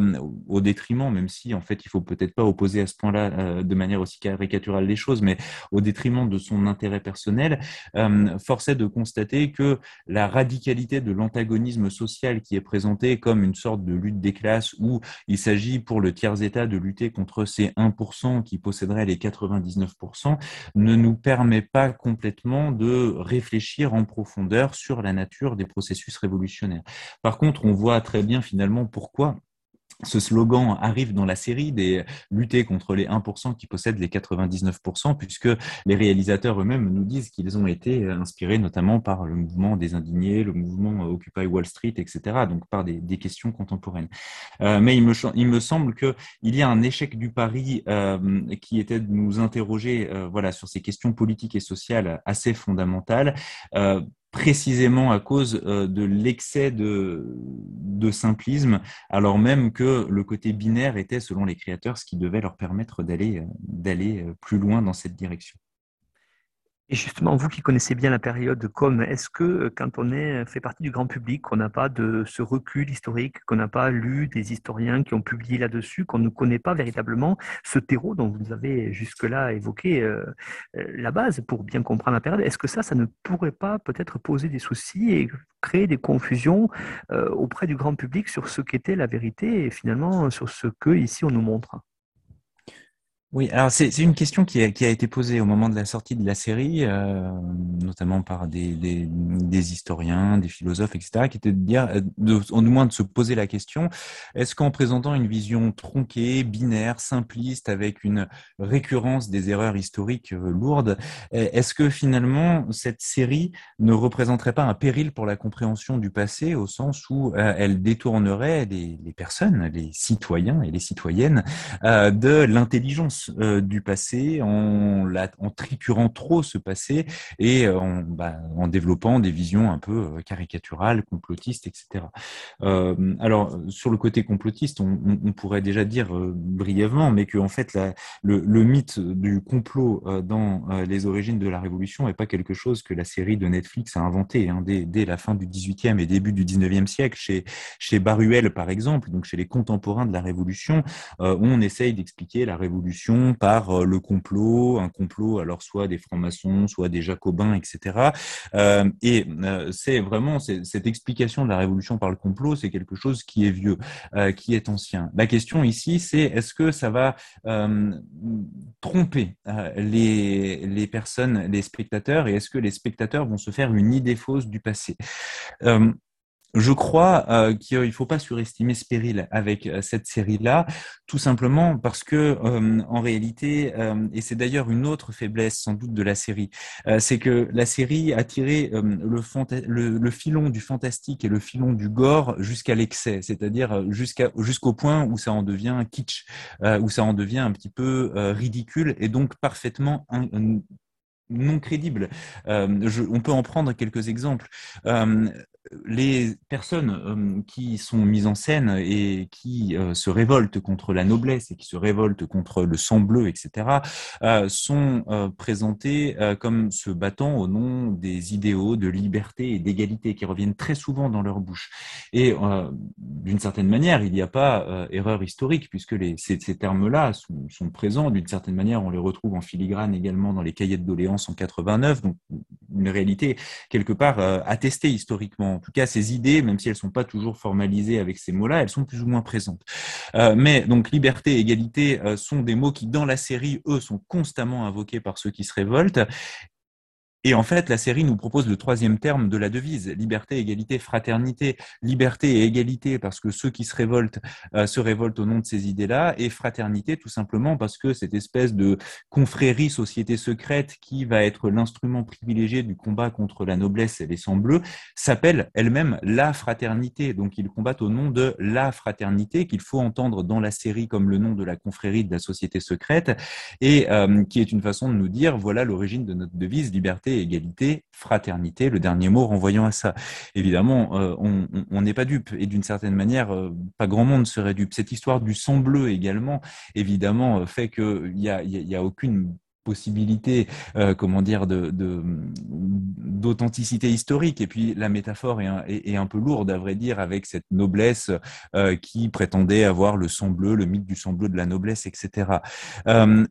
au détriment, même si en fait il faut peut-être pas opposer à ce point-là de manière aussi caricaturale les choses, mais au détriment de son intérêt personnel, force est de constater que la radicalité de l'antagonisme social qui est présenté comme une sorte de lutte des classes où il s'agit pour le tiers-État de lutter contre ces 1% qui posséderaient les 99%, ne nous permet pas complètement de réfléchir en profondeur sur la nature des processus révolutionnaires. Par contre, on voit très bien finalement pourquoi ce slogan arrive dans la série des lutter contre les 1% qui possèdent les 99%, puisque les réalisateurs eux-mêmes nous disent qu'ils ont été inspirés notamment par le mouvement des indignés, le mouvement Occupy Wall Street, etc., donc par des questions contemporaines. Mais il me semble qu'il y a un échec du pari qui était de nous interroger voilà, sur ces questions politiques et sociales assez fondamentales. Précisément à cause de l'excès de simplisme, alors même que le côté binaire était, selon les créateurs, ce qui devait leur permettre d'aller plus loin dans cette direction. Et justement, vous qui connaissez bien la période com, est-ce que quand on fait partie du grand public, qu'on n'a pas de ce recul historique, qu'on n'a pas lu des historiens qui ont publié là-dessus, qu'on ne connaît pas véritablement ce terreau dont vous avez jusque-là évoqué la base pour bien comprendre la période, est-ce que ça ne pourrait pas peut-être poser des soucis et créer des confusions auprès du grand public sur ce qu'était la vérité et finalement sur ce que ici on nous montre? Oui, alors c'est une question qui a été posée au moment de la sortie de la série, notamment par des historiens, des philosophes, etc., qui étaient de dire, au moins de se poser la question, est-ce qu'en présentant une vision tronquée, binaire, simpliste, avec une récurrence des erreurs historiques lourdes, est-ce que finalement cette série ne représenterait pas un péril pour la compréhension du passé, au sens où elle détournerait les personnes, les citoyens et les citoyennes, de l'intelligence du passé en triturant trop ce passé et en développant des visions un peu caricaturales, complotistes, etc. Alors, sur le côté complotiste, on pourrait déjà dire brièvement, mais que en fait, le mythe du complot dans les origines de la Révolution n'est pas quelque chose que la série de Netflix a inventé dès la fin du XVIIIe et début du XIXe siècle. Chez Baruel, par exemple, donc chez les contemporains de la Révolution, on essaye d'expliquer la Révolution par le complot, un complot alors soit des francs-maçons, soit des jacobins, etc. C'est vraiment cette explication de la Révolution par le complot, c'est quelque chose qui est vieux, qui est ancien. La question ici, c'est est-ce que ça va tromper les personnes, les spectateurs, et est-ce que les spectateurs vont se faire une idée fausse du passé? Je crois qu'il ne faut pas surestimer ce péril avec cette série-là, tout simplement parce que, en réalité, et c'est d'ailleurs une autre faiblesse sans doute de la série, c'est que la série a tiré le filon du fantastique et le filon du gore jusqu'à l'excès, c'est-à-dire jusqu'au point où ça en devient kitsch, où ça en devient un petit peu ridicule et donc parfaitement non crédible. On peut en prendre quelques exemples. Euh, les personnes qui sont mises en scène et qui se révoltent contre la noblesse et qui se révoltent contre le sang bleu, etc., sont présentées comme se battant au nom des idéaux de liberté et d'égalité qui reviennent très souvent dans leur bouche. Et d'une certaine manière, il n'y a pas erreur historique puisque ces termes-là sont présents. D'une certaine manière, on les retrouve en filigrane également dans les cahiers de doléances en 89, donc une réalité quelque part attestée historiquement. En tout cas, ces idées, même si elles ne sont pas toujours formalisées avec ces mots-là, elles sont plus ou moins présentes. Mais donc liberté et égalité sont des mots qui, dans la série, eux, sont constamment invoqués par ceux qui se révoltent. Et en fait, la série nous propose le troisième terme de la devise, liberté, égalité, fraternité. Liberté et égalité parce que ceux qui se révoltent au nom de ces idées-là, et fraternité tout simplement parce que cette espèce de confrérie, société secrète qui va être l'instrument privilégié du combat contre la noblesse et les sangs bleus, s'appelle elle-même la fraternité. Donc ils combattent au nom de la fraternité qu'il faut entendre dans la série comme le nom de la confrérie de la société secrète et qui est une façon de nous dire voilà l'origine de notre devise, liberté, égalité, fraternité, le dernier mot renvoyant à ça. Évidemment, on n'est pas dupe et d'une certaine manière, pas grand monde serait dupe. Cette histoire du sang bleu également, évidemment, fait qu'il y a aucune possibilité, comment dire, d'authenticité historique. Et puis la métaphore est un peu lourde, à vrai dire, avec cette noblesse qui prétendait avoir le sang bleu, le mythe du sang bleu de la noblesse, etc. Euh,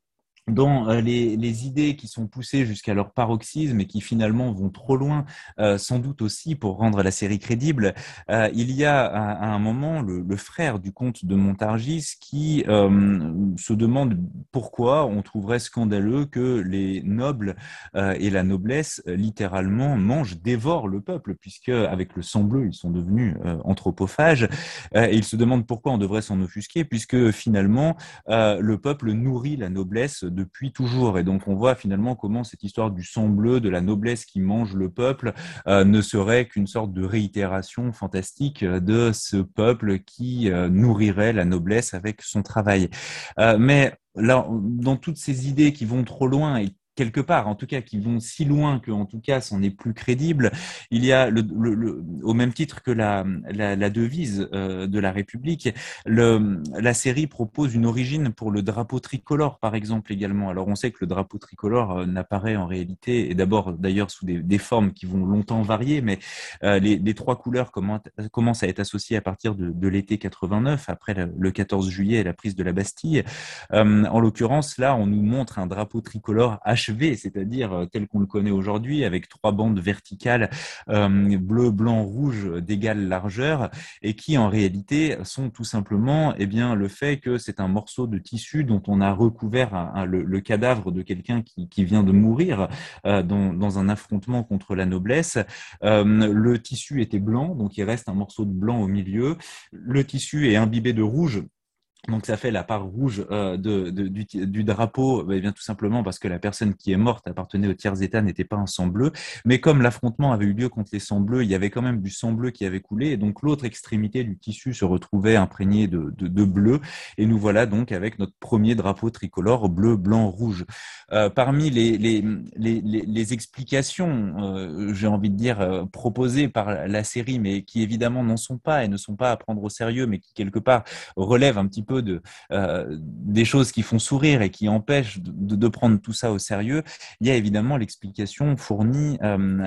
dans les idées qui sont poussées jusqu'à leur paroxysme et qui finalement vont trop loin, sans doute aussi pour rendre la série crédible, il y a à un moment le frère du comte de Montargis qui se demande pourquoi on trouverait scandaleux que les nobles et la noblesse littéralement mangent, dévorent le peuple, puisque avec le sang bleu, ils sont devenus anthropophages. Et il se demande pourquoi on devrait s'en offusquer, puisque finalement, le peuple nourrit la noblesse depuis toujours. Et donc, on voit finalement comment cette histoire du sang bleu, de la noblesse qui mange le peuple, ne serait qu'une sorte de réitération fantastique de ce peuple qui nourrirait la noblesse avec son travail. Mais là, dans toutes ces idées qui vont trop loin et quelque part, en tout cas, qui vont si loin que, en tout cas, c'en est plus crédible. Il y a, au même titre que la devise de la République, la série propose une origine pour le drapeau tricolore, par exemple, également. Alors, on sait que le drapeau tricolore n'apparaît en réalité, et d'abord, d'ailleurs, sous des formes qui vont longtemps varier, mais les trois couleurs commencent à être associées à partir de l'été 89, après le 14 juillet et la prise de la Bastille. En l'occurrence, là, on nous montre un drapeau tricolore achevé, c'est-à-dire tel qu'on le connaît aujourd'hui, avec trois bandes verticales, bleu, blanc, rouge, d'égale largeur, et qui, en réalité, sont tout simplement eh bien, le fait que c'est un morceau de tissu dont on a recouvert le cadavre de quelqu'un qui vient de mourir dans un affrontement contre la noblesse. Le tissu était blanc, donc il reste un morceau de blanc au milieu. Le tissu est imbibé de rouge. Donc ça fait la part rouge du drapeau, eh bien tout simplement parce que la personne qui est morte appartenait au tiers état, n'était pas un sang bleu. Mais comme l'affrontement avait eu lieu contre les sangs bleus, il y avait quand même du sang bleu qui avait coulé, et donc l'autre extrémité du tissu se retrouvait imprégnée de bleu. Et nous voilà donc avec notre premier drapeau tricolore bleu, blanc, rouge. Parmi les explications, j'ai envie de dire, proposées par la série, mais qui évidemment n'en sont pas et ne sont pas à prendre au sérieux, mais qui quelque part relève un petit peu des choses qui font sourire et qui empêchent de prendre tout ça au sérieux, il y a évidemment l'explication fournie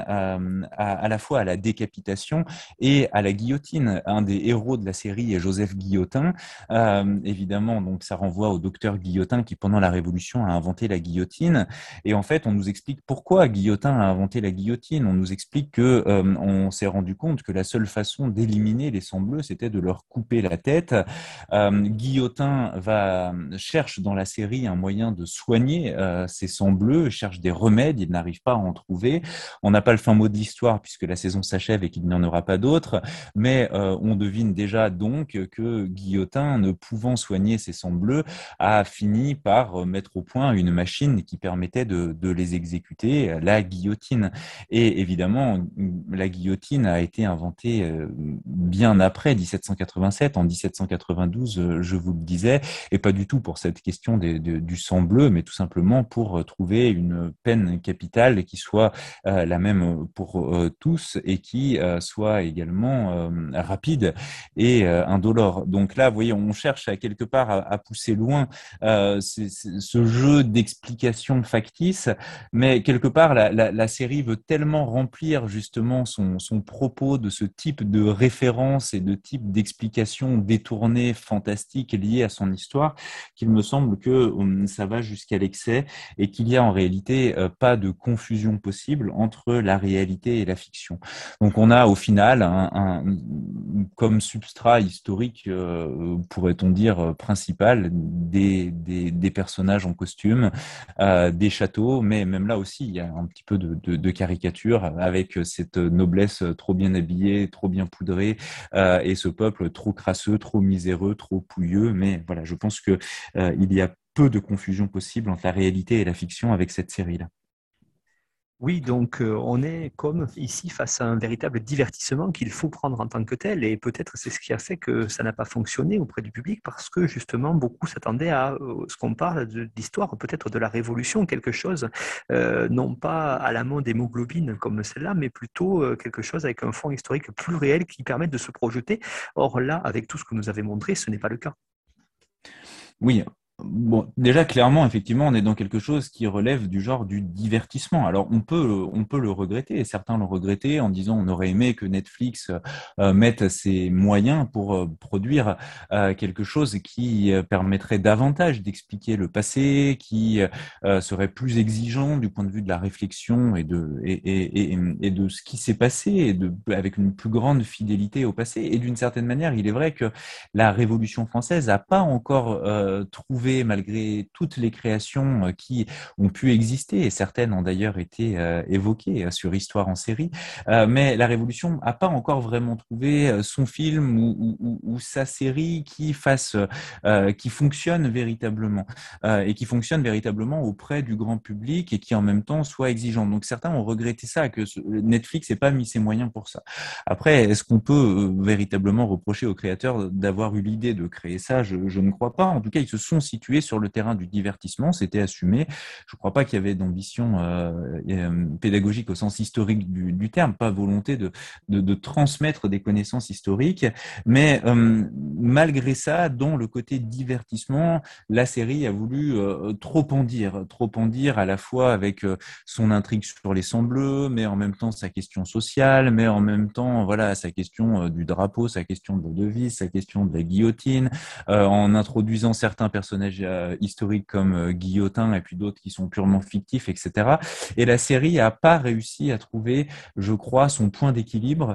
à la fois à la décapitation et à la guillotine. Un des héros de la série est Joseph Guillotin. Évidemment, donc ça renvoie au docteur Guillotin qui, pendant la Révolution, a inventé la guillotine. Et en fait, on nous explique pourquoi Guillotin a inventé la guillotine. On nous explique que on s'est rendu compte que la seule façon d'éliminer les sangs bleus, c'était de leur couper la tête. Guillotin cherche dans la série un moyen de soigner ses sangs bleus, cherche des remèdes, il n'arrive pas à en trouver. On n'a pas le fin mot de l'histoire puisque la saison s'achève et qu'il n'y en aura pas d'autres, mais on devine déjà donc que Guillotin, ne pouvant soigner ses sangs bleus, a fini par mettre au point une machine qui permettait de les exécuter, la guillotine. Et évidemment, la guillotine a été inventée bien après 1787, en 1792, je vous le disais, et pas du tout pour cette question du sang bleu, mais tout simplement pour trouver une peine capitale qui soit la même pour tous et qui soit également rapide et indolore. Donc là, vous voyez, on cherche à quelque part à pousser loin ce jeu d'explications factices, mais quelque part, la série veut tellement remplir justement son propos de ce type de référence et de type d'explications détournées, fantastiques, liées à son histoire, qu'il me semble que ça va jusqu'à l'excès et qu'il y a en réalité pas de confusion possible entre la réalité et la fiction. Donc on a au final comme substrat historique, pourrait-on dire, principal, des personnages en costume, des châteaux, mais même là aussi, il y a un petit peu de caricature avec cette noblesse trop bien habillée, trop bien poudrée, et ce peuple trop crasseux, trop miséreux, trop pouilleux. Mais voilà, je pense que il y a peu de confusion possible entre la réalité et la fiction avec cette série-là. Oui, donc on est comme ici face à un véritable divertissement qu'il faut prendre en tant que tel, et peut-être c'est ce qui a fait que ça n'a pas fonctionné auprès du public, parce que justement beaucoup s'attendaient à ce qu'on parle d'histoire, peut-être de la Révolution, quelque chose, non pas à la mode hémoglobine comme celle-là, mais plutôt quelque chose avec un fond historique plus réel qui permette de se projeter. Or là, avec tout ce que nous avez montré, ce n'est pas le cas. Oui, bon, déjà clairement, effectivement, on est dans quelque chose qui relève du genre du divertissement. Alors on peut le regretter, et certains l'ont regretté en disant on aurait aimé que Netflix mette ses moyens pour produire quelque chose qui permettrait davantage d'expliquer le passé, qui serait plus exigeant du point de vue de la réflexion et de ce qui s'est passé, avec une plus grande fidélité au passé. Et d'une certaine manière, il est vrai que la Révolution française n'a pas encore trouvé, malgré toutes les créations qui ont pu exister, et certaines ont d'ailleurs été évoquées sur Histoire en série, mais la Révolution n'a pas encore vraiment trouvé son film ou sa série qui fonctionne véritablement et qui fonctionne véritablement auprès du grand public et qui en même temps soit exigeant. Donc certains ont regretté ça, que Netflix n'ait pas mis ses moyens pour ça. Après, est-ce qu'on peut véritablement reprocher aux créateurs d'avoir eu l'idée de créer ça? Je ne crois pas. En tout cas, ils se sont situés sur le terrain du divertissement, c'était assumé. Je ne crois pas qu'il y avait d'ambition pédagogique au sens historique du terme, pas volonté de transmettre des connaissances historiques. Mais malgré ça, dans le côté divertissement, la série a voulu trop en dire à la fois avec son intrigue sur les sangs bleus, mais en même temps sa question sociale, mais en même temps voilà sa question du drapeau, sa question de la devise, sa question de la guillotine, en introduisant certains personnages historiques comme Guillotin et puis d'autres qui sont purement fictifs, etc. Et la série a pas réussi à trouver, je crois, son point d'équilibre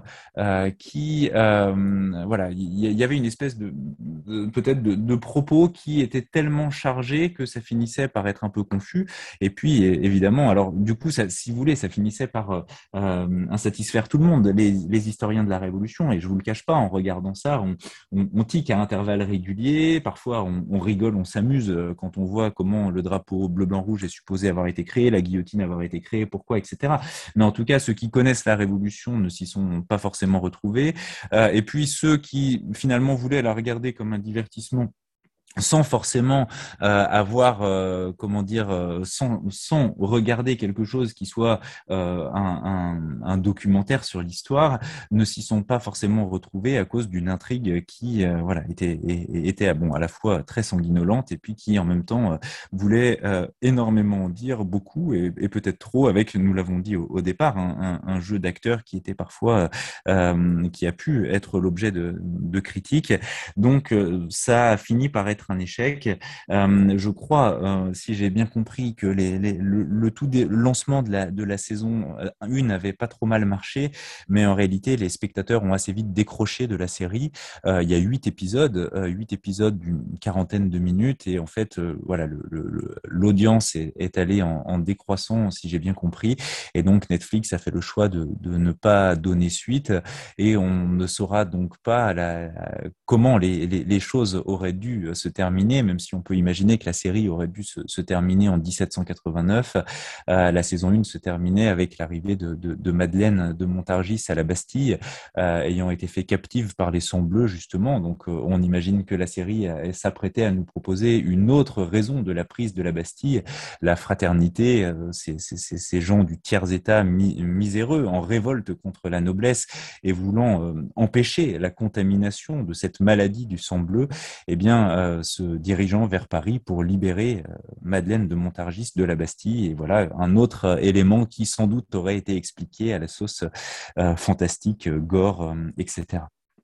voilà, il y avait une espèce peut-être de propos qui étaient tellement chargés que ça finissait par être un peu confus. Et puis évidemment, alors du coup, ça, si vous voulez, ça finissait par insatisfaire tout le monde, les historiens de la Révolution. Et je vous le cache pas, en regardant ça, on tique à intervalles réguliers. Parfois, on rigole, on s'amuse quand on voit comment le drapeau bleu-blanc-rouge est supposé avoir été créé, la guillotine avoir été créée, pourquoi, etc. Mais en tout cas, ceux qui connaissent la Révolution ne s'y sont pas forcément retrouvés. Et puis ceux qui finalement voulaient la regarder comme un divertissement sans forcément avoir, comment dire, sans regarder quelque chose qui soit un documentaire sur l'histoire, ne s'y sont pas forcément retrouvés à cause d'une intrigue qui, voilà, était bon, à la fois très sanguinolente et puis qui en même temps voulait énormément en dire, beaucoup et peut-être trop, avec, nous l'avons dit au départ, un jeu d'acteurs qui était parfois, qui a pu être l'objet de critiques. Donc ça a fini par être être un échec. Je crois, si j'ai bien compris, que le lancement de la saison 1 n'avait pas trop mal marché, mais en réalité, les spectateurs ont assez vite décroché de la série. Il y a 8 épisodes d'une quarantaine de minutes, et en fait, voilà, l'audience est allée en décroissant, si j'ai bien compris, et donc Netflix a fait le choix de ne pas donner suite, et on ne saura donc pas comment les choses auraient dû se terminer, même si on peut imaginer que la série aurait dû se terminer en 1789. La saison 1 se terminait avec l'arrivée de Madeleine de Montargis à la Bastille, ayant été fait captive par les Sangs Bleus, justement. Donc on imagine que la série s'apprêtait à nous proposer une autre raison de la prise de la Bastille, la fraternité, ces gens du tiers-état miséreux, en révolte contre la noblesse et voulant empêcher la contamination de cette maladie du sang bleu, eh bien, se dirigeant vers Paris pour libérer Madeleine de Montargis de la Bastille. Et voilà un autre élément qui sans doute aurait été expliqué à la sauce fantastique, gore, etc.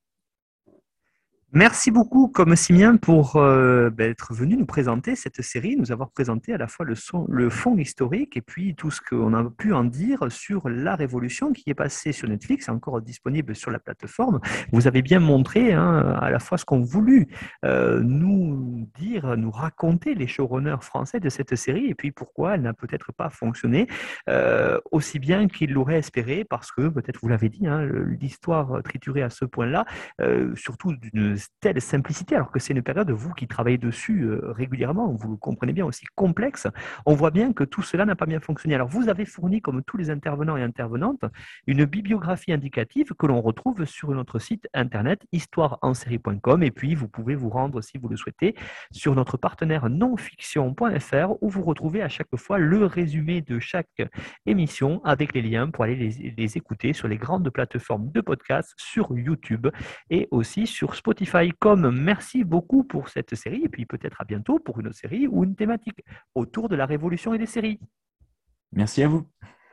Merci beaucoup, comme Simien, pour être venu nous présenter cette série, nous avoir présenté à la fois le fond historique et puis tout ce qu'on a pu en dire sur la Révolution qui est passée sur Netflix, encore disponible sur la plateforme. Vous avez bien montré à la fois ce qu'ont voulu nous dire, nous raconter les showrunners français de cette série et puis pourquoi elle n'a peut-être pas fonctionné aussi bien qu'ils l'auraient espéré, parce que, peut-être vous l'avez dit, l'histoire triturée à ce point-là, surtout d'une telle simplicité, alors que c'est une période, vous qui travaillez dessus régulièrement, vous le comprenez bien, aussi complexe, on voit bien que tout cela n'a pas bien fonctionné. Alors vous avez fourni, comme tous les intervenants et intervenantes, une bibliographie indicative que l'on retrouve sur notre site internet histoireensérie.com, et puis vous pouvez vous rendre, si vous le souhaitez, sur notre partenaire nonfiction.fr, où vous retrouvez à chaque fois le résumé de chaque émission avec les liens pour aller les écouter sur les grandes plateformes de podcast, sur YouTube et aussi sur Spotify. Merci beaucoup pour cette série et puis peut-être à bientôt pour une autre série ou une thématique autour de la Révolution et des séries. Merci à vous.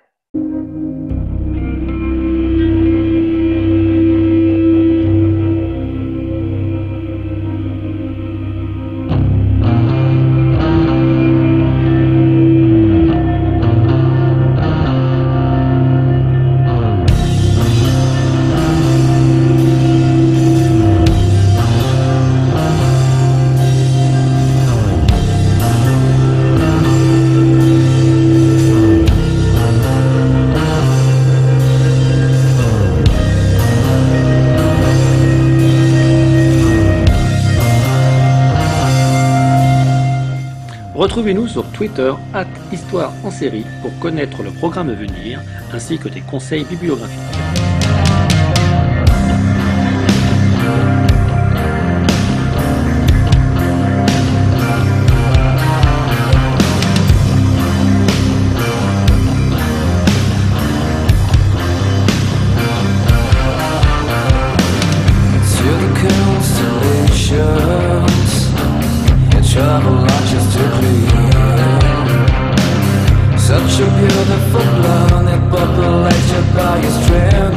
Retrouvez-nous sur Twitter @Histoire en série pour connaître le programme à venir ainsi que des conseils bibliographiques. Such a beautiful planet populated by a strain.